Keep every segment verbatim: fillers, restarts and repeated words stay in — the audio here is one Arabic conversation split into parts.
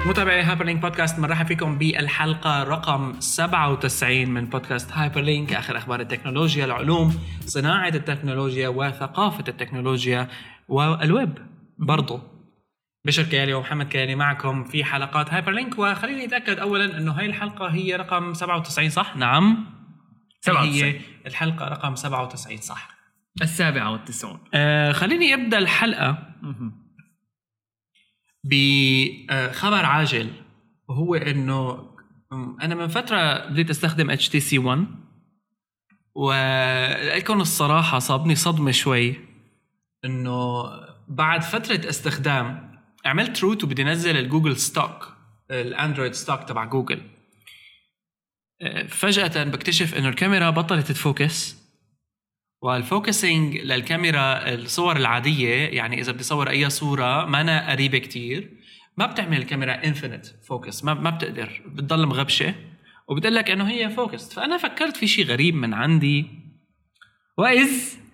متابعي هايبرلينك بودكاست، مرحبا فيكم بالحلقة رقم سبعة وتسعين من بودكاست هايبرلينك، آخر أخبار التكنولوجيا، العلوم، صناعة التكنولوجيا وثقافة التكنولوجيا والويب برضو. بشر كيالي ومحمد كيالي معكم في حلقات هايبرلينك. وخليني أتأكد أولا أنه هاي الحلقة هي رقم سبعة وتسعين صح؟ نعم، سبعة وتسعين. هي الحلقة رقم سبعة وتسعين صح، السابعة والتسعون. آه خليني أبدأ الحلقة بخبر عاجل، وهو انه انا من فتره بديت استخدم إتش تي سي ون، ولكن الصراحه صابني صدمه شوي انه بعد فتره استخدام عملت روت وبدي انزل الجوجل ستوك، الاندرويد ستوك تبع جوجل. فجاه بكتشف انه الكاميرا بطلت تفوكس، والفوكسينج للكاميرا الصور العاديه، يعني اذا بدي صور اي صوره ما أنا قريبه كتير، ما بتعمل الكاميرا انفينيت فوكس، ما ما بتقدر، بتضل مغبشه وبتقول لك انه هي فوكست. فانا فكرت في شيء غريب من عندي، واذ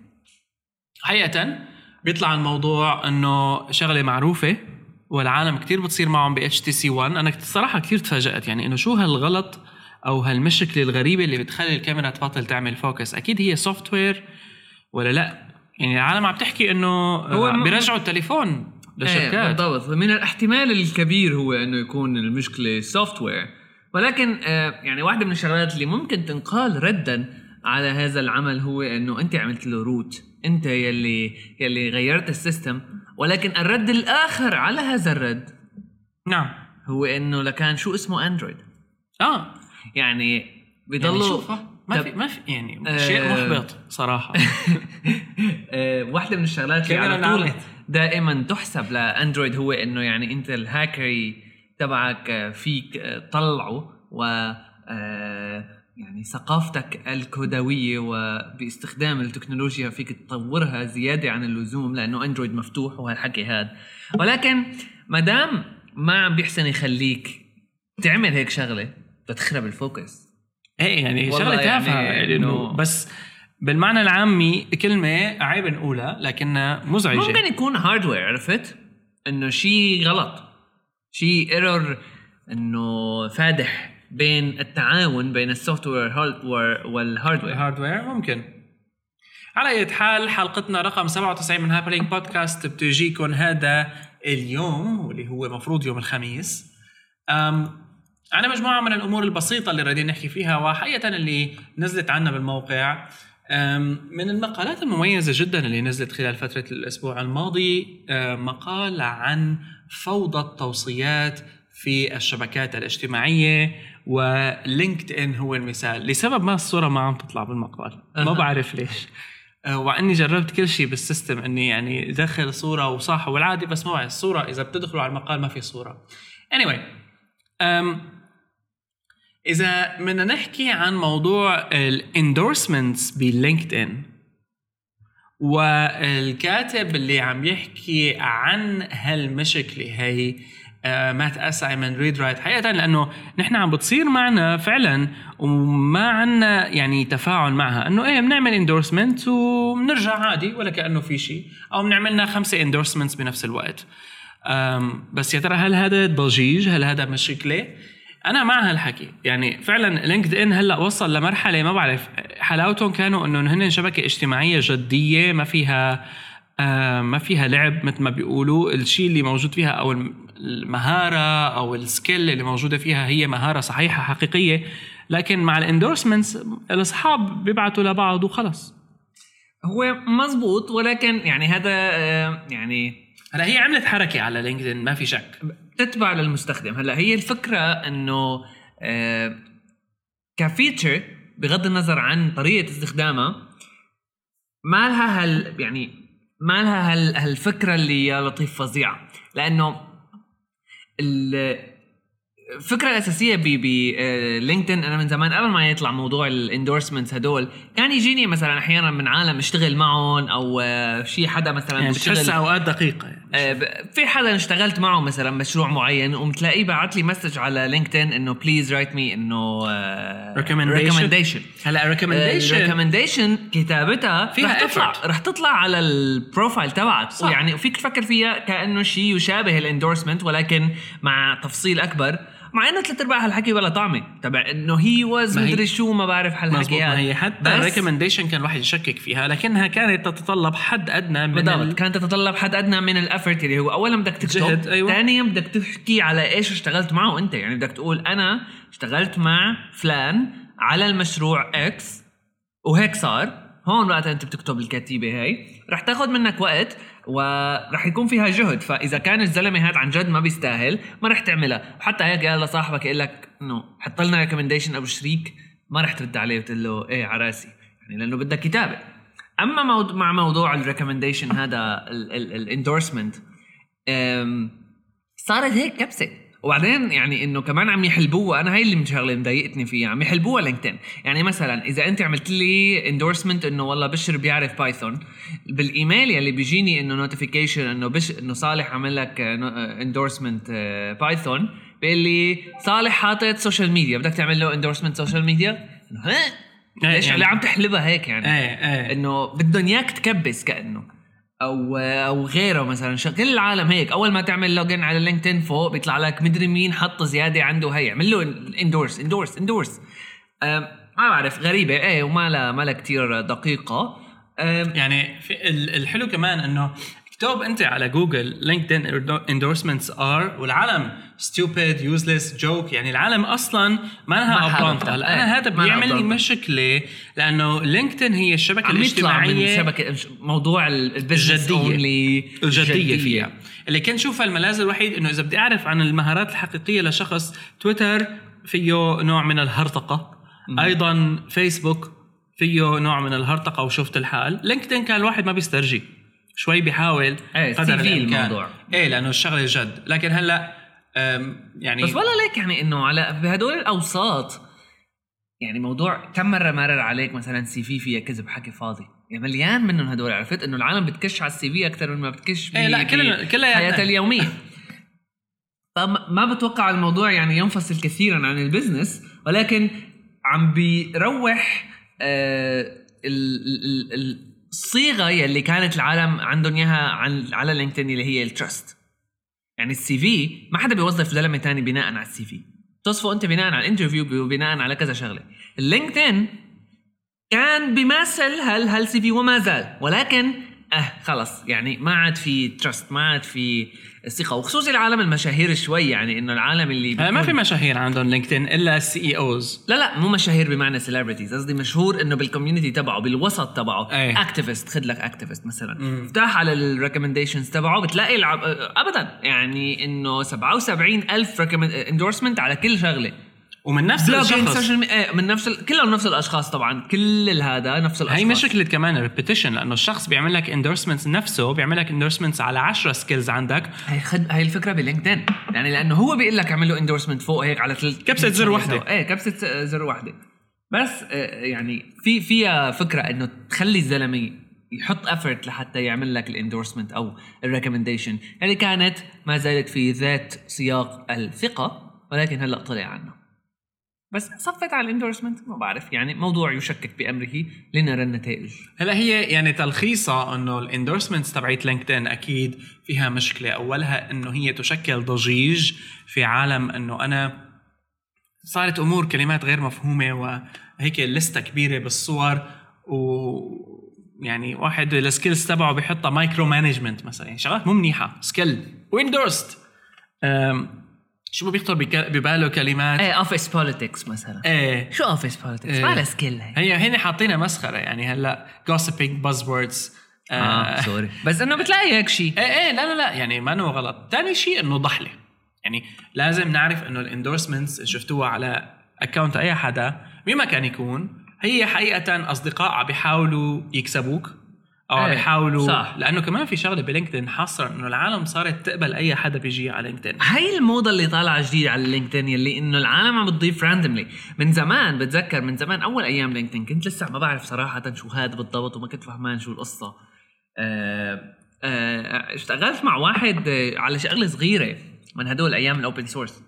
حقيقه بيطلع الموضوع انه شغله معروفه والعالم كتير بتصير معهم ب إتش تي سي ون. انا الصراحه كتير تفاجأت، يعني انه شو هالغلط او هالمشكله الغريبه اللي بتخلي الكاميرا تبطل تعمل فوكس. اكيد هي سوفت وير ولا لا؟ يعني العالم عم تحكي انه هو بيرجعوا التليفون للشركات. ايه بالضبط، من الاحتمال الكبير هو انه يكون المشكله سوفت وير، ولكن آه يعني واحده من الشغلات اللي ممكن تنقال ردا على هذا العمل هو انه انت عملت له روت، انت يلي يلي غيرت السيستم. ولكن الرد الاخر على هذا الرد نعم هو انه لكان شو اسمه اندرويد. اه يعني بيضلوا يعني ما في ما في يعني آه شيء محبط صراحه. آه واحده من الشغلات اللي على طول دائما تحسب لاندرويد هو انه يعني انت الهاكري تبعك فيك تطلعه، و يعني ثقافتك الكودويه وباستخدام التكنولوجيا فيك تطورها زياده عن اللزوم لانه اندرويد مفتوح وهالحكي هذا. ولكن مدام ما عم بيحسن يخليك تعمل هيك شغله بتخرب الفوكس. ايه يعني شغله تافهه يعني انه بس بالمعنى العامي كلمة عيب نقولها لكنها مزعجة. ممكن يكون هاردوير، عرفت انه شيء غلط، شيء ايرور، انه فادح بين التعاون بين السوفت وير والهاردوير. الهاردوير ممكن. على اي حال، حلقتنا رقم سبعة وتسعين من هايبرلينك بودكاست بتجيكم هذا اليوم، واللي هو مفروض يوم الخميس. أم عنا مجموعة من الأمور البسيطة اللي رادين نحكي فيها، وحقيقة اللي نزلت عنا بالموقع. من المقالات المميزة جدا اللي نزلت خلال فترة الأسبوع الماضي مقال عن فوضى التوصيات في الشبكات الاجتماعية، ولينكد إن هو المثال. لسبب ما الصورة ما عم تطلع بالمقال، ما بعرف ليش، وأني جربت كل شيء بالسيستم أني يعني دخل صورة وصح والعادي، بس ما الصورة إذا بتدخلوا على المقال ما في صورة. anyway أم إذا بدنا نحكي عن موضوع الاندورسمنتس بلينكد إن، والكاتب اللي عم يحكي عن هالمشكلة هي مات أسايمن ريد رايت، حقيقة لأنه نحن عم بتصير معنا فعلا وما عنا يعني تفاعل معها، أنه إيه بنعمل اندورسمنت وبنرجع عادي ولا كأنه في شيء، أو بنعملنا خمسة اندورسمنتس بنفس الوقت. بس يا ترى هل هذا ضجيج؟ هل هذا مشكلة؟ أنا مع هالحكي. يعني فعلا لينكد إن هلأ وصل لمرحلة ما بعرف حلاوتهم كانوا إنه هن شبكة اجتماعية جدية ما فيها آه ما فيها لعب مثل ما بيقولوا. الشيء اللي موجود فيها أو المهارة أو السكيل اللي موجودة فيها هي مهارة صحيحة حقيقية، لكن مع الاندورسمنتس الأصحاب بيبعتوا لبعض وخلص. هو مزبوط، ولكن يعني هذا آه يعني هلا هي عملت حركة على لينكدين ما في شك، تتبع للمستخدم. هلا هي الفكرة انه آه كفيتشر بغض النظر عن طريقة استخدامها ما لها هال يعني ما لها هال هالفكرة اللي يا لطيف فظيعة، لانه الفكره الاساسيه ب لينكدين انا من زمان قبل ما يطلع موضوع الاندورسمنتس هدول كان يجيني مثلا احيانا من عالم اشتغل معهم او شيء حدا مثلا يعني بتحس اوقات دقيقه يعني. في حدا اشتغلت معه مثلا مشروع معين ومتلاقيه بعت لي مسج على لينكدين انه بليز رايت مي انه ريكومنديشن. هلا ريكومنديشن ريكومنديشن كتابتها فيها رح تطلع رح تطلع على البروفايل تبعك ويعني وفيك تفكر فيها كانه شيء يشابه الاندورسمنت ولكن مع تفصيل اكبر مع انه ثلاث ارباع هالحكي ولا طعمه تبع انه هي واز مدري شو ما بعرف هالحكي هذا هي حتى الريكومنديشن كان الواحد يشكك فيها لكنها كانت تتطلب حد ادنى من ال... كانت تتطلب حد ادنى من الافورت اللي هو اولا بدك تكتب أيوة. ثانيا بدك تحكي على ايش اشتغلت معه انت يعني بدك تقول انا اشتغلت مع فلان على المشروع اكس وهيك صار هون وقت انت بتكتب الكتيبه هاي رح تاخذ منك وقت ورح يكون فيها جهد فاذا كان الزلمه هاد عن جد ما بيستاهل ما رح تعملها وحتى هيك قال لصاحبك يقول لك انه حط لنا ريكومنديشن ابو شريك ما رح ترد عليه وتقول له ايه عراسي يعني لانه بدك كتابه. اما موضوع مع موضوع الريكومنديشن هذا الاندورسمنت صارت هيك كبسه وبعدين يعني انه كمان عم يحلبوها انا هاي اللي مشغله مضايقتني فيها عم يحلبوها لينكدين يعني مثلا اذا انت عملت لي اندورسمنت انه والله بشر بيعرف بايثون بالايميل يلي بيجيني انه نوتيفيكيشن انه بش انه صالح عمل لك اندورسمنت بايثون بيقول لي صالح حاطط سوشيال ميديا بدك تعمل له اندورسمنت سوشيال ميديا انه ها ليش يعني عم تحلبها هيك يعني انه بدهم اياك تكبس كانه او او غيره مثلا كل العالم هيك اول ما تعمل لوجن على لينكدين فوق بيطلع لك مدري مين حط زياده عنده هي اعمل له اندورس اندورس اندورس ما بعرف غريبه ايه وما لا ما لا كثير دقيقه. يعني في الحلو كمان انه اكتب انت على جوجل لينكدين اندورسمنتس ار والعالم ستوبيد يوزلس جوك يعني العالم اصلا ما لها ابرانت. هلا انا هذا بيعمل لي مشكله لانه لينكدين هي الشبكه الاجتماعيه شبكه موضوع البزنس الجديه الجديه فيها اللي كنت شوفها الملاذ الوحيد انه اذا بدي اعرف عن المهارات الحقيقيه لشخص تويتر فيه نوع من الهرطقه م. ايضا فيسبوك فيه نوع من الهرطقه وشفت الحال. لينكدين كان الواحد ما بيسترجي شوي بيحاول ايه قدر الموضوع ايه لانه الشغله جد لكن هلا يعني بس والله ليك يعني انه على بهدول الاوساط يعني موضوع كم مره مرر عليك مثلا سي في فيها كذب حكي فاضي يعني مليان منهم هدول. عرفت انه العالم بتكش على السي في اكثر من ما بتكش ايه لا كلها كلها حياتها اليوميه. فما بتوقع الموضوع يعني ينفصل كثيرا عن البزنس ولكن عم بيروح آه ال ال ال الصيغه يلي كانت العالم عندهم اياها على لينكدين اللي هي التراست. يعني السي في ما حدا بيوظف زلمه تاني بناء على السي في تصفوا انت بناء على الانترفيو بناء على كذا شغله. اللينكدين كان بيمثل هال هالسي في وما زال ولكن اه خلص يعني ما عاد في تراست ما عاد في ثقه وخصوصي العالم المشاهير شوي يعني انه العالم اللي ما في مشاهير عندهم لينكدين الا السي اي اوز. لا لا مو مشاهير بمعنى سيلبرتيز قصدي مشهور انه بالكوميونتي تبعه بالوسط تبعه اكتيفيست خد لك اكتيفيست مثلا افتح على الريكومنديشنز تبعه بتلاقي العب... ابدا يعني انه سبعة وسبعين ألف اندورسمنت على كل شغله ومن نفس الشخص ايه من نفس ال... كلهم نفس الاشخاص طبعا كل هذا نفس الاشخاص. هي مشكله كمان الريبيتيشن لانه الشخص بيعمل لك اندورسمنتس نفسه بيعمل لك اندورسمنتس على عشرة سكيلز عندك. هي خد هي الفكره بلينكدين يعني لانه هو بيقول لك اعمل له اندورسمنت فوق هيك على ثلاث كبسه زر واحده ايه كبسه زر واحده بس يعني في فيها فكره انه تخلي الزلمه يحط افورت لحتى يعمل لك الاندورسمنت او الريكومنديشن اللي كانت ما زالت في ذات سياق الثقه ولكن هلا طلع عنه. بس صفت على الاندورسمنت ما بعرف يعني موضوع يشكك بأمره لنرى النتائج. هلا هي يعني تلخيصها انه الاندورسمنتس تبعت لينكدين اكيد فيها مشكله. اولها انه هي تشكل ضجيج في عالم انه انا صارت امور كلمات غير مفهومه وهيك لسته كبيره بالصور و يعني واحد السكيلز تبعه بيحطها مايكرو مانجمنت مثلا يعني شغلات مو منيحه سكيل واندورست شو ما بيخطر بباله كلمات ايه اوفيس بوليتكس مثلا ايه شو اوفيس بوليتكس ما له سكيل هي هن حاطينها مسخره يعني هلا gossiping buzzwords اه, آه سوري بس انه بتلاقي هيك شيء ايه ايه لا لا لا يعني ما انه غلط. ثاني شيء انه ضحله يعني لازم نعرف انه الاندورسمنتس شفتوها على اكونت اي حدا مين ما كان يكون هي حقيقه اصدقاء عم بيحاولوا يكسبوك او عم إيه، بيحاولوا صح. لانه كمان في شغله بلينكدين حاصره انه العالم صارت تقبل اي حدا بيجي على لينكدين. هاي الموضه اللي طالعه جديد على لينكدين يلي انه العالم عم بتضيف راندملي. من زمان بتذكر من زمان اول ايام لينكدين كنت لسه ما بعرف صراحه شو هذا بالضبط وما كنت فهمان شو القصه. أه أه اشتغلت مع واحد على شغله صغيره من هدول ايام الاوبن سورس،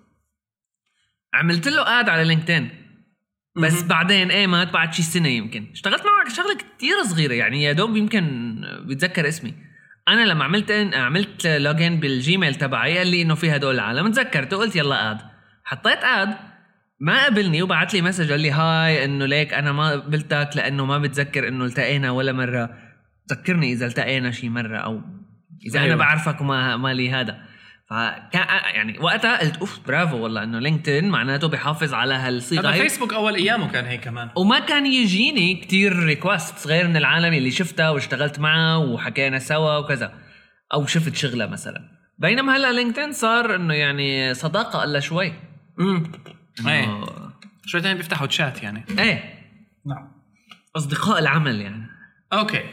عملت له اد على لينكدين بس بعدين ايمت بعد شي سنه يمكن اشتغلت معه على شغله كتير صغيره يعني يا دوب يمكن بتذكر اسمي. انا لما عملت عملت لوجين بالجيميل تبعي قال لي انه في هدول العالم، تذكرت وقلت يلا اد، حطيت اد ما قبلني وبعت لي مسج قال لي هاي انه ليك انا ما قبلتك لانه ما بتذكر انه التقينا ولا مره، ذكرني اذا التقينا شي مره او اذا أيوة. انا بعرفك وما ما لي هذا. فكان يعني وقتها قلت اوف برافو والله انه لينكدين معناته بيحافظ على هالصيغه. هذا فيسبوك اول ايامه كان هيك كمان، وما كان يجيني كتير ريكوست غير من العالم اللي شفتها واشتغلت معه وحكينا سوا وكذا او شفت شغله مثلا. بينما هلا لينكدين صار انه يعني صداقه الا شوي امم ايه شوي ثاني بيفتحوا تشات يعني ايه نعم اصدقاء العمل يعني. اوكي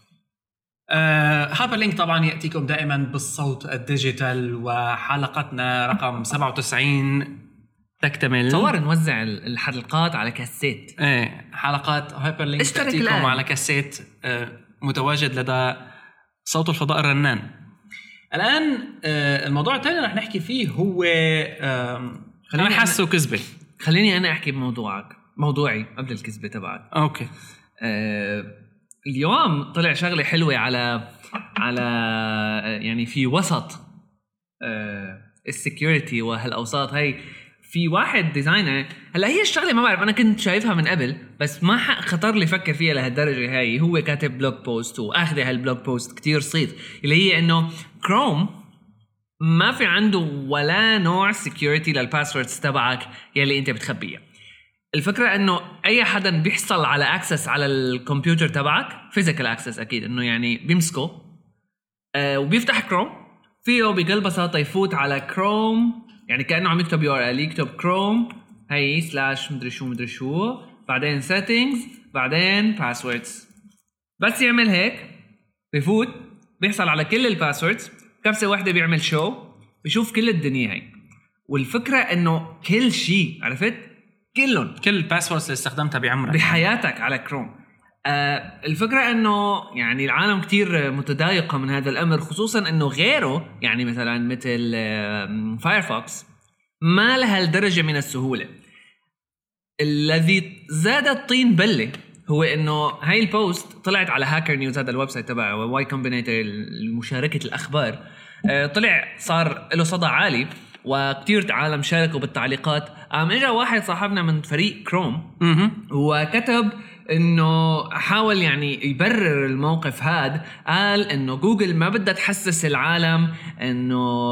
آه، هايبر لينك طبعا يأتيكم دائما بالصوت الديجيتال، وحلقتنا رقم سبعة وتسعين تكتمل. تصور نوزع الحلقات على كاسيت. ايه حلقات هايبر لينك تأتيكم الآن على كاسيت آه، متواجد لدى صوت الفضاء الرنان. الآن آه، الموضوع الثاني رح نحكي فيه هو آه، خليني حاسه كذبة. خليني أنا أحكي بموضوعك موضوعي قبل الكذبة تبعك. أوكي آه، اليوم طلع شغله حلوه على على يعني في وسط السكيورتي وهالاوساط هاي. في واحد ديزاينر هلا هي الشغله ما بعرف انا كنت شايفها من قبل بس ما خطر لي فكر فيها لهالدرجه هاي. هو كاتب بلوج بوست واخذ هالبلوج بوست كتير صيت اللي هي انه كروم ما في عنده ولا نوع سكيورتي للباسوردز تبعك يلي انت بتخبيها. الفكرة انه اي حدا بيحصل على اكسس على الكمبيوتر تبعك فيزيكال اكسس اكيد انه يعني بيمسكه آه وبيفتح كروم فيه بكل بساطة يفوت على كروم يعني كأنه عم يكتب يو ار ال يكتب كروم هي سلاش مدري شو مدري شو بعدين settings بعدين passwords. بس يعمل هيك بيفوت بيحصل على كل الباسوردز كبسة واحدة بيعمل شو بيشوف كل الدنيا هيك. والفكرة انه كل شيء عرفت كلهم كل الباسوردز اللي استخدمتها بعمرك بحياتك على كروم. آه الفكرة انه يعني العالم كتير متضايقة من هذا الامر خصوصا انه غيره يعني مثلا مثل آه فايرفوكس ما لها الدرجة من السهولة. الذي زاد الطين بلة هو انه هاي البوست طلعت على هاكر نيوز هذا الويب سايت تبع واي كومبينيتور المشاركة الاخبار. آه طلع صار له صدى عالي وكتير عالم شاركوا بالتعليقات. قام اجا واحد صاحبنا من فريق كروم وكتب انه حاول يعني يبرر الموقف هاد. قال انه جوجل ما بدها تحسس العالم انه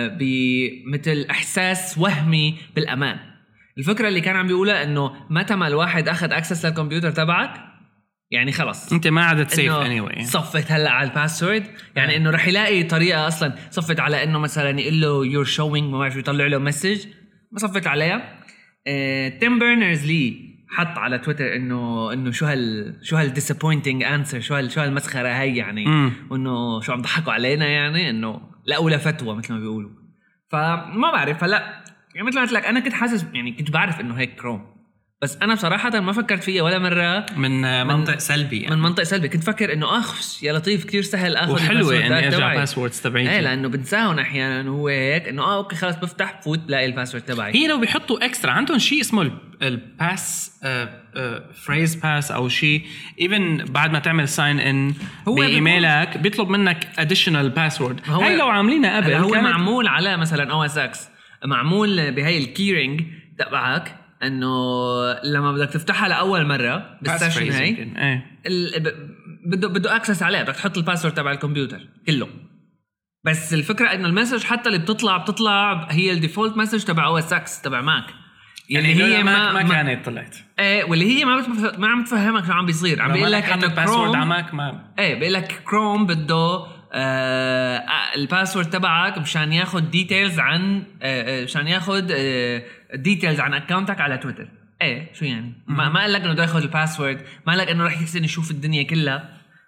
بمثل احساس وهمي بالامان. الفكرة اللي كان عم بيقولها انه متى ما الواحد اخذ اكسس للكمبيوتر تبعك يعني خلص انت ما عاد تسيف anyway. صفت هلا على الباسورد يعني آه. انه رح يلاقي طريقه اصلا صفت على انه مثلا يقول له يور شوينج ما بعرف يطلع له مسج ما صفت عليها. آه، تيم بيرنرز لي حط على تويتر انه انه شو هال شو هال disappointing answer شو هال شو هالمسخره هي يعني م. وانه شو عم ضحكوا علينا يعني انه لا ولا فتوى مثل ما بيقولوا. فما بعرف هلا يعني مثل ما قلت لك انا كنت حاسس يعني كنت بعرف انه هيك كروم بس انا بصراحه ما فكرت فيها ولا مره من منطق سلبي يعني. من منطق سلبي كنت فكر انه اخ يا لطيف كتير سهل اخذ وحلوه اني ارجع باسوردز تبعي ايه لانه بنساهم احيانا هو هيك انه اه اوكي خلاص بفتح فوت بلاقي الباسورد تبعي. هي لو بيحطوا اكسترا عندهم شيء اسمه الباس فريز باس او شيء ايفن بعد ما تعمل ساين ان بايميلك بيطلب منك اديشنال باسورد. هاي لو عاملينها قبل هو معمول على مثلا او اس اكس معمول بهاي الكيرينج تبعك انه لما بدك تفتحها لاول مره بالسيشن هاي ايه. بده بده اكسس عليها بدك تحط الباسورد تبع الكمبيوتر كله. بس الفكره انه المسج حتى اللي بتطلع بتطلع هي الديفولت مسج تبع او اس اكس تبع ماك يعني هي ما ما كانت طلعت ايه واللي هي ما بتف... ما عم تفهمك شو عم بيصير. عم بيقول لك انه الباسورد على ماك ما ايه بيقول لك كروم بده آه الباسورد تبعك مشان ياخد ديتيلز عن آه مشان ياخد آه ديتيلز عن اكاونتك على تويتر. ايه شو يعني ما, ما قال لك انه بده ياخد الباسورد ما قال لك انه راح يحسن يشوف الدنيا كلها.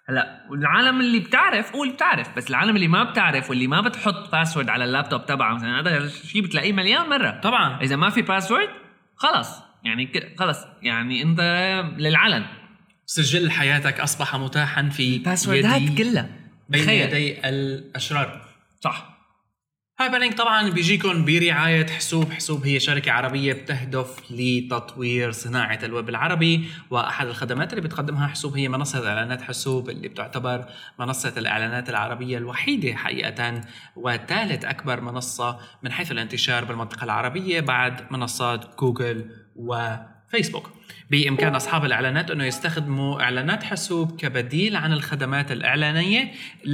هلا العالم اللي بتعرف قول بتعرف، بس العالم اللي ما بتعرف واللي ما بتحط باسورد على اللابتوب تبعه مثلا هذا الشيء بتلاقيه مليان مره. طبعا اذا ما في باسورد خلص يعني خلص يعني انت للعلن. سجل حياتك اصبح متاحا في باسوردات كلها بين يدي الاشرار. صح. هايبرلينك طبعا بيجيكم برعاية حسوب. حسوب هي شركة عربية بتهدف لتطوير صناعة الويب العربي، وأحد الخدمات اللي بتقدمها حسوب هي منصة إعلانات حسوب اللي بتعتبر منصة الإعلانات العربية الوحيدة حقيقة وثالث أكبر منصة من حيث الانتشار بالمنطقة العربية بعد منصات جوجل وفيسبوك. بإمكان أصحاب الإعلانات أنه يستخدموا إعلانات حسوب كبديل عن الخدمات الإعلانية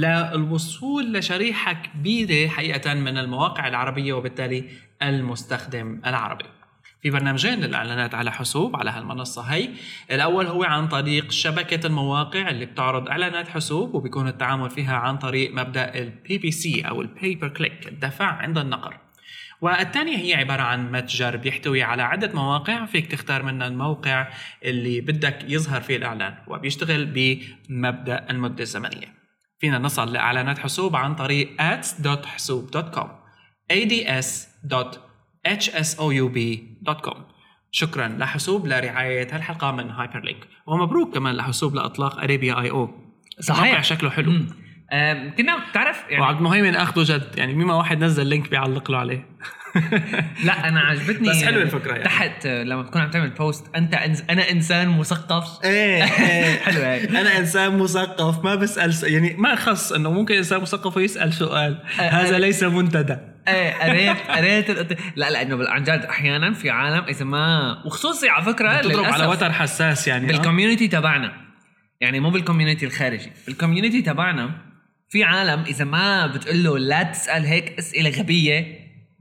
للوصول لشريحة كبيرة حقيقة من المواقع العربية وبالتالي المستخدم العربي. في برنامجين للإعلانات على حسوب على هالمنصة هي. الأول هو عن طريق شبكة المواقع اللي بتعرض إعلانات حسوب وبيكون التعامل فيها عن طريق مبدأ ال بي بي سي أو ال Pay Per Click، الدفع عند النقر. والثانية هي عبارة عن متجر بيحتوي على عدة مواقع فيك تختار منها الموقع اللي بدك يظهر فيه الإعلان، وبيشتغل بمبدأ المدة الزمنية. فينا نصل لإعلانات حسوب عن طريق ads دوت حسوب دوت كوم ads دوت حسوب دوت كوم. شكرا لحسوب لرعاية هالحلقة من هايبرلينك، ومبروك كمان لحسوب لإطلاق أريبيا آي أو. صحيح. موقع شكله حلو. مم. أه كنا بتعرف يعني وعبد المهيمن اخده جد يعني مما واحد نزل لينك بيعلق له عليه. لا انا عجبتني بس حلوه الفكره يعني. تحت لما تكون عم تعمل بوست انت إنز... انا انسان مثقف. ايه ايه حلو هيك. انا انسان مثقف ما بسال س... يعني ما خص انه ممكن انسان مثقف ويسال سؤال. هذا ليس منتدى. ايه قريت قريت القط... لا لا انه عن جد احيانا في عالم اذا ما وخصوصي على فكره تضرب على وتر حساس يعني بالكوميونتي تبعنا، يعني مو بالكوميونتي الخارجي، بالكوميونتي تبعنا في عالم إذا ما بتقول له لا تسأل هيك أسئلة غبية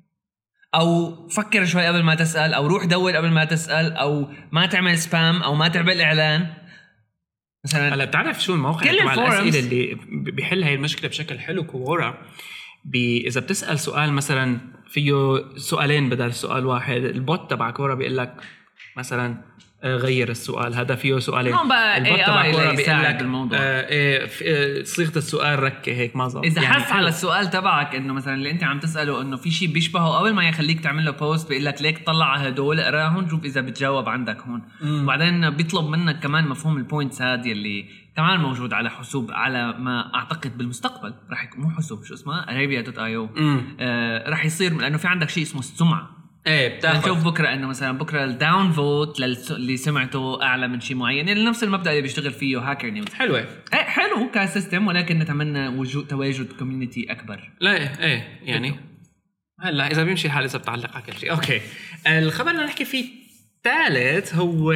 أو فكر شوي قبل ما تسأل أو روح دور قبل ما تسأل أو ما تعمل سبام أو ما تعمل إعلان مثلا. هلا بتعرف شو الموقع تبع الأسئلة اللي بيحل هاي المشكلة بشكل حلو كورا؟ إذا بتسأل سؤال مثلا فيه سؤالين بدل سؤال واحد، البوت تبع كورا بيقول لك مثلا غير السؤال هذا فيه سؤالين. البوت تبع كورا بيقول لك الموضوع آه إيه صيغه السؤال ركه هيك ما ظبط. اذا يعني حس على السؤال تبعك انه مثلا اللي انت عم تساله انه في شيء بيشبهه قبل ما يخليك تعمل له بوست بيقول لك ليك طلع على هدول اقراهم شوف اذا بتجاوب عندك هون. مم. وبعدين بيطلب منك كمان مفهوم البوينتس هذه اللي كمان موجود على حسوب على ما اعتقد بالمستقبل راح يكون مو حسوب شو اسمها اريبيا دوت اي او آه راح يصير لانه في عندك شيء اسمه السمعه. ايه بتاخذ نشوف بكره انه مثلا بكره الداون فوت للي سمعته اعلى من شيء معين، يعني نفس المبدا اللي بيشتغل فيه هاكر نيوز. حلوه ايه حلو كسيستم، ولكن نتمنى وجود تواجد كوميونتي اكبر. لا ايه, إيه يعني هلا اذا بيمشي الحال اذا بتعلق على كل شيء. اوكي الخبر اللي نحكي فيه ثالث هو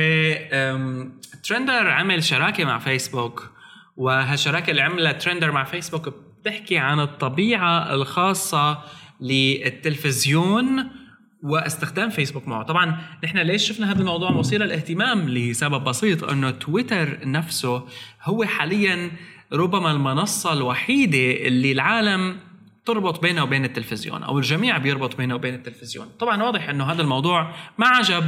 ترندر عمل شراكه مع فيسبوك، وهالشراكه اللي عملها ترندر مع فيسبوك بتحكي عن الطبيعه الخاصه للتلفزيون واستخدام فيسبوك معه. طبعا نحن ليش شفنا هذا الموضوع مثير للاهتمام؟ لسبب بسيط، انه تويتر نفسه هو حاليا ربما المنصة الوحيدة اللي العالم تربط بينه وبين التلفزيون، او الجميع بيربط بينه وبين التلفزيون. طبعا واضح انه هذا الموضوع ما عجب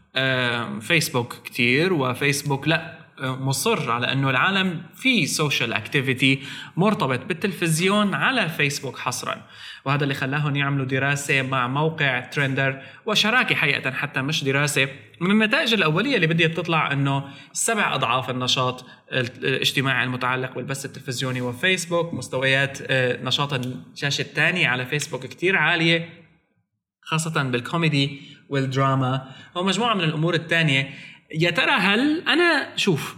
فيسبوك كتير، وفيسبوك لا مصر على انه العالم في سوشيال اكتيفيتي مرتبط بالتلفزيون على فيسبوك حصرا، وهذا اللي خلاهم يعملوا دراسة مع موقع ترندر وشراكة حقيقة حتى مش دراسة. من النتائج الأولية اللي بديت تطلع أنه سبع أضعاف النشاط الاجتماعي المتعلق بالبث التلفزيوني وفيسبوك، مستويات نشاط الشاشة الثانية على فيسبوك كتير عالية خاصة بالكوميدي والدراما ومجموعة من الأمور الثانية. يا ترى هل أنا شوف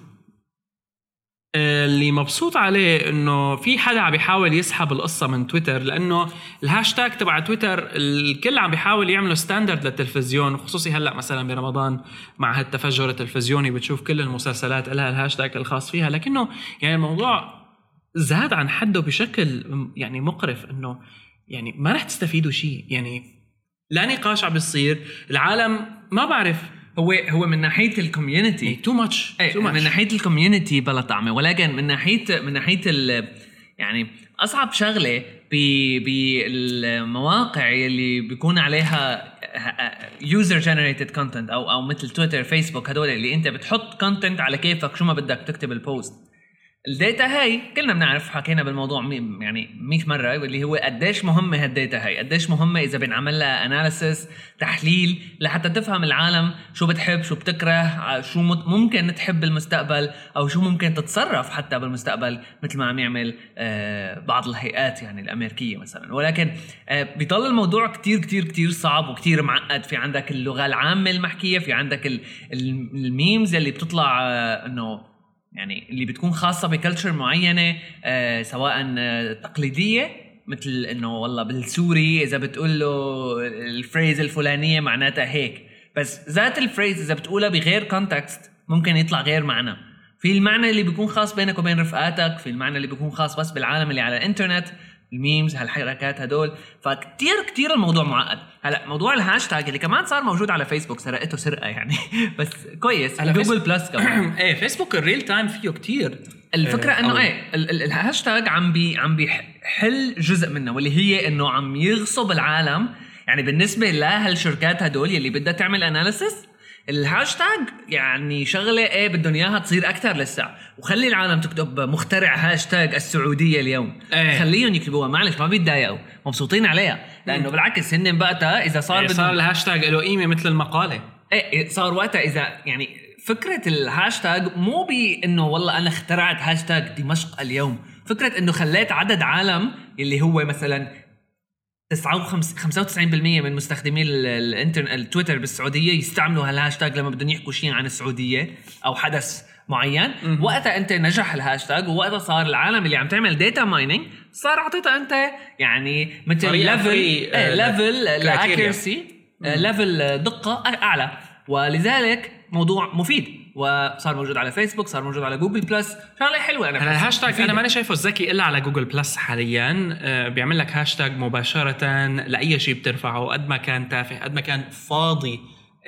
اللي مبسوط عليه انه في حدا عم بيحاول يسحب القصة من تويتر، لانه الهاشتاج تبع تويتر الكل عم بيحاول يعملوا ستاندرد للتلفزيون، خصوصي هلأ مثلا برمضان مع هالتفجر التلفزيوني بتشوف كل المسلسلات لها الهاشتاج الخاص فيها، لكنه يعني الموضوع زاد عن حده بشكل يعني مقرف، انه يعني ما رح تستفيدوا شيء، يعني لا نقاش عم بيصير، العالم ما بعرف هو هو من ناحيه الكوميونتي تو ماتش من ناحيه الكوميونتي بلا طعمه، ولكن من ناحيه من ناحيه يعني اصعب شغله بالمواقع اللي بيكون عليها يوزر جنريتد كونتنت او او مثل تويتر فيسبوك، هدول اللي انت بتحط كونتنت على كيفك شو ما بدك تكتب البوست. الداتا هاي كلنا بنعرف، حكينا بالموضوع يعني مئة مرة، واللي هو قديش مهمة هالداتا هاي، قديش مهمة إذا بنعمل لها أناليسيس، تحليل، لحتى تفهم العالم شو بتحب، شو بتكره، شو ممكن تحب بالمستقبل، أو شو ممكن تتصرف حتى بالمستقبل، مثل ما عم يعمل بعض الهيئات يعني الأمريكية مثلا. ولكن بيضل الموضوع كتير كتير كتير صعب وكتير معقد. في عندك اللغة العامة المحكية، في عندك الميمز اللي بتطلع إنه يعني اللي بتكون خاصة بكالتشر معينة، آه سواء آه تقليدية، مثل انه والله بالسوري اذا بتقول له الفريز الفلانية معناتها هيك، بس ذات الفريز اذا بتقولها بغير كونتكست ممكن يطلع غير معنى. في المعنى اللي بيكون خاص بينك وبين رفقاتك، في المعنى اللي بيكون خاص بس بالعالم اللي على الانترنت، الميمز، هالحركات هدول. فكتير كتير الموضوع معقد. هلا موضوع الهاشتاج اللي كمان صار موجود على فيسبوك، سرقته سرقه يعني بس كويس. على جوجل بلس كمان ايه فيسبوك الريل تايم فيه كتير. الفكره انه ايه الهاشتاج عم بي عم بيحل جزء منه، واللي هي انه عم يغصب العالم. يعني بالنسبه لهالشركات هدول اللي بدها تعمل اناليسيس، الهاشتاج يعني شغله ايه بدهم اياها تصير اكثر لسه. وخلي العالم تكتب مخترع هاشتاج السعوديه اليوم، ايه. خليهم يكتبوها، معلش ما بيتضايقوا، مبسوطين عليها، لانه م. بالعكس هن وقتها اذا صار ايه صار الهاشتاج له قيمه مثل المقاله. ايه صار وقتها اذا يعني فكره الهاشتاج مو بانه والله انا اخترعت هاشتاج دمشق اليوم، فكره انه خليت عدد عالم اللي هو مثلا خمسة وتسعين بالمية من مستخدمي الانترنت التويتر بالسعوديه يستعملوا هالهاشتاج لما بدهم يحكوا شيء عن السعوديه او حدث معين. م- وقتها انت نجح الهاشتاج، ووقتها صار العالم اللي عم تعمل داتا مايننج صار عطيتها انت يعني مثل ليفل ليفل الاكيرسي، ليفل دقه اعلى، ولذلك موضوع مفيد. وصار موجود على فيسبوك، صار موجود على جوجل بلس، شغله حلوه. انا الهاشتاج انا ماني شايفه ذكي الا على جوجل بلس حاليا. بيعمل لك هاشتاج مباشره لاي شيء بترفعه، قد ما كان تافه، قد ما كان فاضي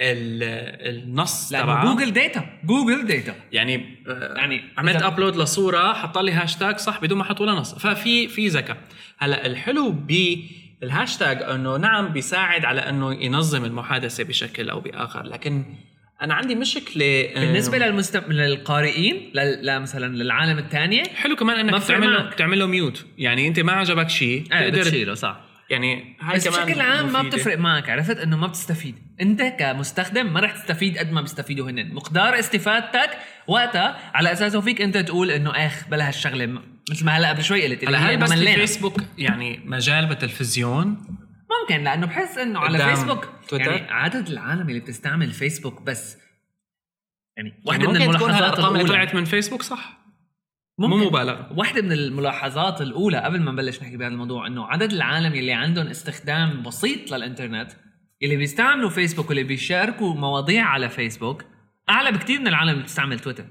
النص تبعه. جوجل داتا جوجل داتا يعني يعني عملت ابلود لصوره، حط لي هاشتاج صح بدون ما احط ولا نص، ففي في ذكاء. هلا الحلو بالهاشتاج انه نعم بيساعد على انه ينظم المحادثه بشكل او باخر، لكن انا عندي مشكله بالنسبه للمست... للقارئين لا مثلا للعالم الثانيه. حلو كمان انك تعمله تعمله ميوت، يعني انت ما عجبك شيء تقدر تشيله صح. يعني هاي بس كمان بشكل عام مفيدة. ما بتفرق معك، عرفت انه ما بتستفيد انت كمستخدم، ما رح تستفيد قد ما بيستفيدوا هن. مقدار استفادتك وقتها على اساسه فيك انت تقول انه اخ بلا هالشغله، مثل ما هلا قبل شوي قلت هلا هل بس فيسبوك يعني مجال بالتلفزيون ممكن، لانه بحس انه على فيسبوك تويتر. يعني عدد العالم اللي بتستعمل فيسبوك بس يعني واحده من الملاحظات اللي طلعت من فيسبوك صح مو مبالغه. واحده من الملاحظات الاولى قبل ما نبلش نحكي بهذا الموضوع انه عدد العالم اللي عندهم استخدام بسيط للانترنت، اللي بيستعملوا فيسبوك واللي بيشاركوا مواضيع على فيسبوك، اعلى بكتير من العالم اللي بتستعمل تويتر.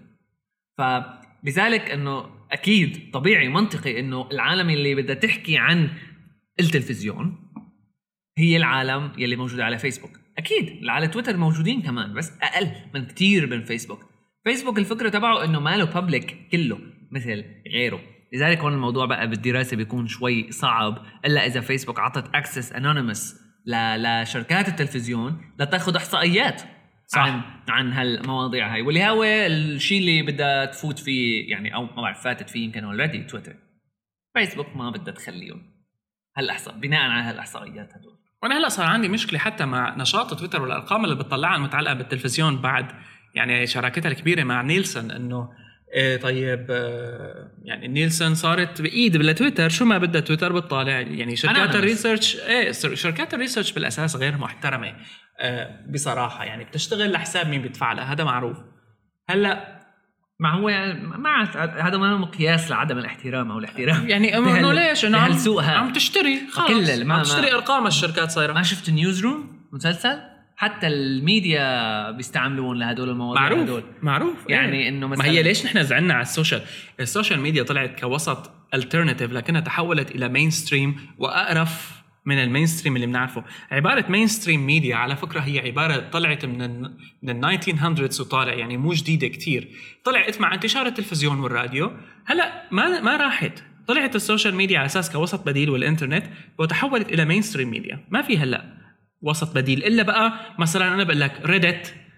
فبذلك انه اكيد طبيعي منطقي انه العالم اللي بدها تحكي عن التلفزيون هي العالم يلي موجودة على فيسبوك. أكيد على تويتر موجودين كمان بس أقل من كتير من فيسبوك. فيسبوك الفكرة تبعه إنه ماله بابليك كله مثل غيره، لذلك هون الموضوع بقى بالدراسة بيكون شوي صعب، إلا إذا فيسبوك عطت أكسس أنونيمس لشركات التلفزيون لتاخد إحصائيات صح. عن عن هالمواضيع هاي، واللي هو الشيء اللي بدها تفوت فيه يعني، أو ما بعرف فاتت فيه يمكن أولريدي تويتر. فيسبوك ما بدها تخليهم هالإحصاء بناء على هالإحصائيات هدول. وانا هلا صار عندي مشكله حتى مع نشاط تويتر والارقام اللي بتطلعها المتعلقه بالتلفزيون بعد يعني شراكتها الكبيره مع نيلسون، انه إيه طيب يعني نيلسون صارت بايد بالتويتر، شو ما بدها تويتر بتطالع. يعني شركات الريسيرش ايه شركات الريسيرش بالاساس غير محترمه بصراحه، يعني بتشتغل لحساب مين بيدفع لها، هذا معروف. هلا ما هو يعني ما هذا ما هو مقياس لعدم الاحترام او الاحترام يعني انه ليش انه عم, عم تشتري خلص عم تشتري ارقام الشركات صايره. ما شفت نيوز روم مسلسل حتى الميديا بيستعملون لهدول المواضيع معروف هدول. معروف يعني إيه؟ انه مثلا ما هي ليش نحن زعلنا على السوشيال السوشيال ميديا طلعت كوسط الترناتيف لكنها تحولت الى مين ستريم واقرف من المين ستريم اللي بنعرفه. عباره مين ستريم ميديا على فكره هي عباره طلعت من ال من التسعمية وطالع، يعني مو جديده كتير، طلعت مع انتشار التلفزيون والراديو. هلا ما ما راحت، طلعت السوشيال ميديا على اساس كوسط بديل والانترنت وتحولت الى مين ستريم ميديا. ما في هلا وسط بديل الا بقى مثلا انا بقول لك ريدت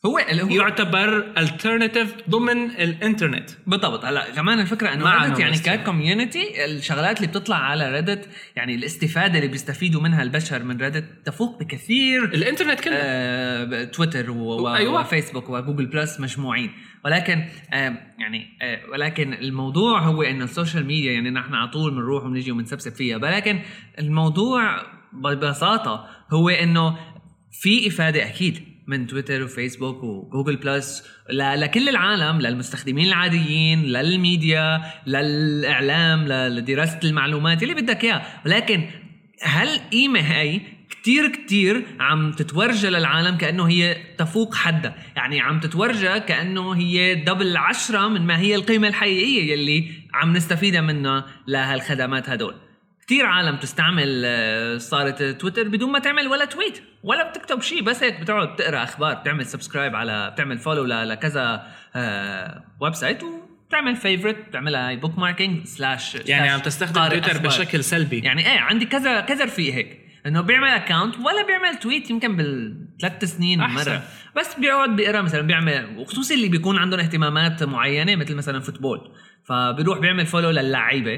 هو اللي هو يعتبر alternative ضمن الانترنت. بالضبط. هلا كمان الفكره انه ريدت يعني ككوميونتي الشغلات اللي بتطلع على ريدت يعني الاستفاده اللي بيستفيدوا منها البشر من ريدت تفوق بكثير الانترنت كله. آه تويتر و... أيوة. وفيسبوك وجوجل بلس مجموعين. ولكن آه يعني آه ولكن الموضوع هو انه السوشيال ميديا يعني نحن على طول بنروح وبنجي وبنسبسب فيها، ولكن الموضوع ببساطه هو انه في افاده اكيد من تويتر وفيسبوك وجوجل بلس لكل العالم، للمستخدمين العاديين، للميديا، للإعلام، لدراسة المعلومات اللي بدك إياه. ولكن هالقيمة هاي كتير كتير عم تتورجى للعالم كأنه هي تفوق حدها، يعني عم تتورجى كأنه هي دبل عشرة من ما هي القيمة الحقيقية يلي عم نستفيدها منها لهالخدمات هدول. كتير عالم تستعمل صارت تويتر بدون ما تعمل ولا تويت ولا بتكتب شيء، بس هيك بتقعد تقرأ أخبار، بتعمل سبسكرايب على بتعمل فولو لكذا ويب سايت وبتعمل فيفورت، بتعملها بوك ماركينج سلاش يعني عم تستخدم تويتر بشكل سلبي. يعني ايه عندي كذا كذا رفيق هيك انه بيعمل اكاونت ولا بيعمل تويت يمكن بالثلاث سنين أحسن. مرة، بس بيقعد بيقرأ مثلا بيعمل، وخصوصي اللي بيكون عندهم اهتمامات معينة مثل مثلا فوتبول، فبيروح بيعمل فولو للعيبة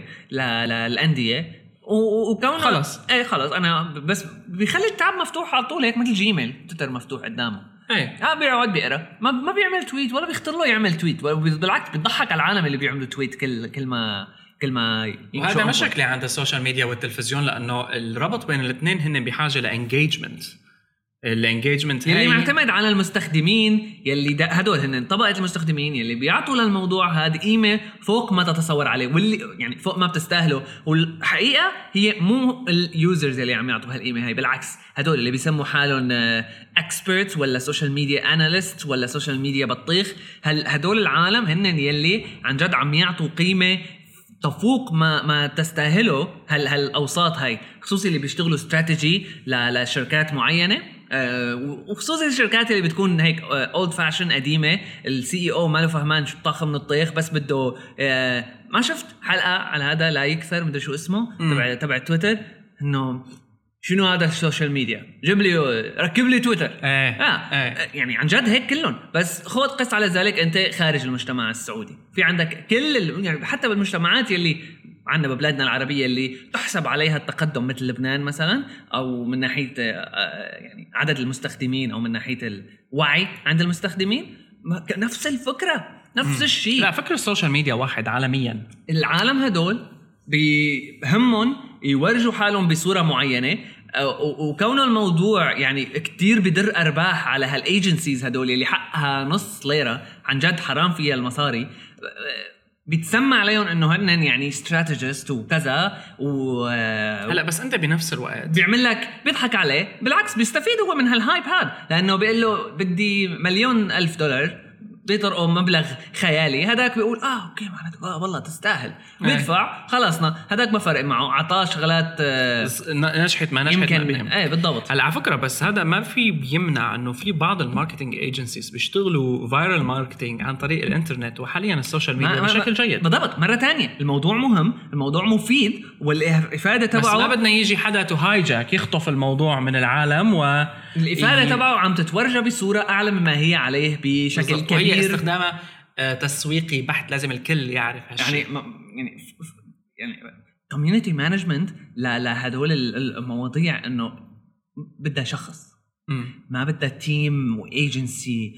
للأندية وكونه خلص ايه خلص انا بس بيخلي التاب مفتوح على طول هيك مثل جيميل تويتر مفتوح قدامه. ايه اه بيقعد بيقرا ما ما بيعمل تويت ولا بيخطر له يعمل تويت، بالعكس بيضحك على العالم اللي بيعملوا تويت كل كل ما كل ما. وهذا مشكلة عند السوشيال ميديا والتلفزيون، لانه الربط بين الاثنين هن بحاجة لانجيجمنت. الانجيجمنت يلي معتمد على المستخدمين يلي هدول هن طبقة المستخدمين يلي بيعطوا للموضوع هذه قيمة فوق ما تتصور عليه، واللي يعني فوق ما بتستاهله. والحقيقة هي مو اليوزرز اللي عم يعطوا هالقيمة هاي، بالعكس هدول اللي بيسموا حالهم اكسبرتس ولا سوشيال ميديا اناليست ولا سوشيال ميديا بطيخ، هدول العالم هن يلي عن جد عم يعطوا قيمة تفوق ما ما تستاهله هال هالاوساط هاي، خصوصي اللي بيشتغلوا استراتيجي لشركات معينة. أه وخصوصا الشركات اللي بتكون هيك اولد فاشن قديمه، السي اي او ما له فهمان شو طاخ من الطيخ، بس بده أه ما شفت حلقه على هذا لا يكثر مدري شو اسمه تبع تبع تويتر انه شنو هذا السوشيال ميديا، جيب لي ركب لي تويتر. ايه. آه. ايه. يعني عن جد هيك كلهم، بس خذ قس على ذلك انت خارج المجتمع السعودي، في عندك كل ال... يعني حتى بالمجتمعات يلي عندنا ببلادنا العربية اللي تحسب عليها التقدم مثل لبنان مثلا، أو من ناحية يعني عدد المستخدمين أو من ناحية الوعي عند المستخدمين، نفس الفكرة نفس الشيء. لا فكرة السوشيال ميديا واحد عالميا. العالم هدول بهمهم يورجوا حالهم بصورة معينة، وكونه الموضوع يعني كتير بدر أرباح على هالايجنسيز هدول اللي حقها نص ليرة عن جد حرام فيها المصاري، بيتسمى عليهم انه هن يعني استراتيجيست وكذا و هلا بس انت بنفس الوقت بيعمل لك بيضحك عليه، بالعكس بيستفيد هو من هالهايب هذا، لانه بيقول له بدي مليون ألف دولار بيطرقوا مبلغ خيالي، هداك بيقول اه اوكي معناته اه والله تستاهل، بيدفع خلصنا، هداك ما فرق معه، عطاه شغلات آه نجحت ما نجحت يمكن ايه بالضبط. هلا على فكره بس هذا ما في بيمنع انه في بعض الماركتينج ايجنسيز بيشتغلوا فايرال ماركتينج عن طريق الانترنت وحاليا السوشيال ميديا بشكل جيد. بالضبط. مره تانية الموضوع مهم، الموضوع مفيد، والافاده تبعه بس ما بدنا يجي حدا تو هايجاك يخطف الموضوع من العالم، والافاده ي... تبعه عم تتورجى بصوره اعلى مما هي عليه بشكل كبير، استخدامها تسويقي بحت، لازم الكل يعرف هالشيء. يعني يعني يعني كوميونتي مانجمنت لا لا هدول المواضيع انه بدها شخص، مم. ما بدها تيم وايجنسي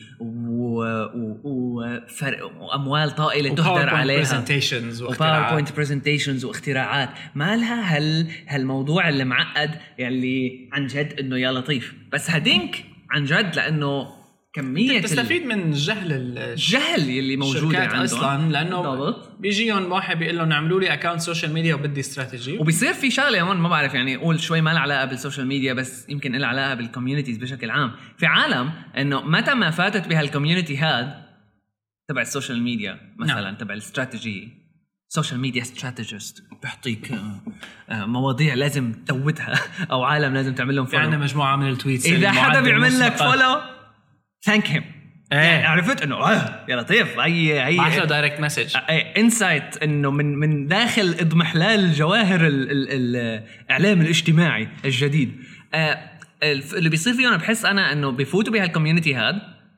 وفرق واموال طائله تهدر عليها وباوربوينت برزنتيشنز واختراعات، ما لها هال هالموضوع اللي معقد يلي عن جد انه يا لطيف، بس هدينك عن جد لانه كمية تستفيد من جهل الجهل اللي موجود عندهم اصلا، لانه بيجيهم واحد بيقول لهم اعملوا لي اكاونت سوشيال ميديا وبدي استراتيجي، وبيصير في شغله هون ما بعرف يعني اقول شوي ما لها علاقه بالسوشيال ميديا بس يمكن لها علاقه بالكوميونيتيز بشكل عام. في عالم انه متى ما فاتت بهالكوميونتي هاد تبع السوشيال ميديا مثلا نعم. تبع الاستراتيجي سوشيال ميديا استراتيجيست بيعطيك مواضيع لازم توتها او عالم لازم تعمل لهم فولو، في عندنا مجموعه من التويتس اذا حدا بيعمل لك فولو ثانك هيم، ايه يعني عرفت انه اه يا لطيف هي هي بعث له دايركت مسج ايه انسايت انه من من داخل اضمحلال جواهر ال ال الاعلام الاجتماعي الجديد. آه اللي بيصير فيه انا بحس انا انه بفوتوا بهالكوميونتي هاد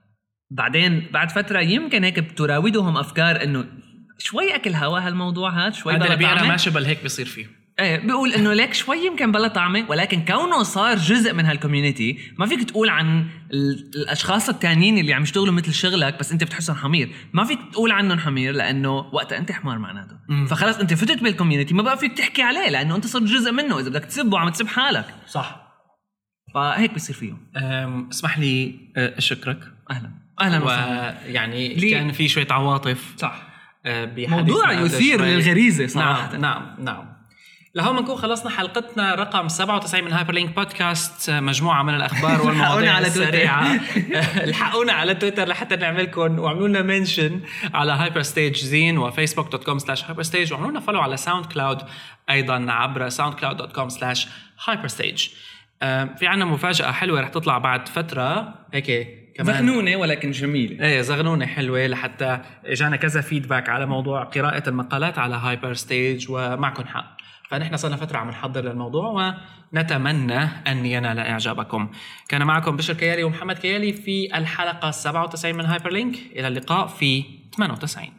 بعدين بعد فترة يمكن هيك بتراودهم أفكار إنه شوي أكل هوا هالموضوع هذا شوي بلا طعمة. أنا ماشي بل هيك بيصير فيه. ايه بيقول انه ليك شوي يمكن بلا طعمه، ولكن كونه صار جزء من هالكوميونتي ما فيك تقول عن الاشخاص التانيين اللي عم يشتغلوا مثل شغلك بس انت بتحسهم حمير، ما فيك تقول عنهم حمير لانه وقتها انت حمار معناته. فخلص انت فتت بالكوميونتي ما بقى فيك تحكي عليه لانه انت صرت جزء منه، اذا بدك تسبه عم تسب حالك. صح. فهيك بيصير فيهم. اسمح لي اشكرك. اهلا اهلا وسهلا. يعني كان في شويه عواطف. صح. موضوع يثير للغريزة صراحة. نعم نعم نعم. لهون بنكون خلصنا حلقتنا رقم سبعة وتسعين من هايبر لينك بودكاست، مجموعة من الأخبار والمواضيع السريعة. الحقونا على تويتر لحتى نعملكم، وعملوا لنا منشن على هايبر ستيج زين وفيسبوك دوت كوم سلاش هايبر ستيج، وعملوا لنا فولو على ساوند كلاود أيضا عبر ساوند كلاود دوت كوم سلاش هايبر ستيج. في عنا مفاجأة حلوة رح تطلع بعد فترة هيك كمان، زغنونة ولكن جميلة. ايه زغنونة حلوة، لحتى اجانا كذا فيدباك على موضوع قراءة المقالات على هايبر ستيج ومعكم حق، فنحن صرنا فترة عم نحضر للموضوع ونتمنى أن ينال إعجابكم. كان معكم بشر كيالي ومحمد كيالي في الحلقة سبعة وتسعين من هايبر لينك. إلى اللقاء في ثمانية وتسعين.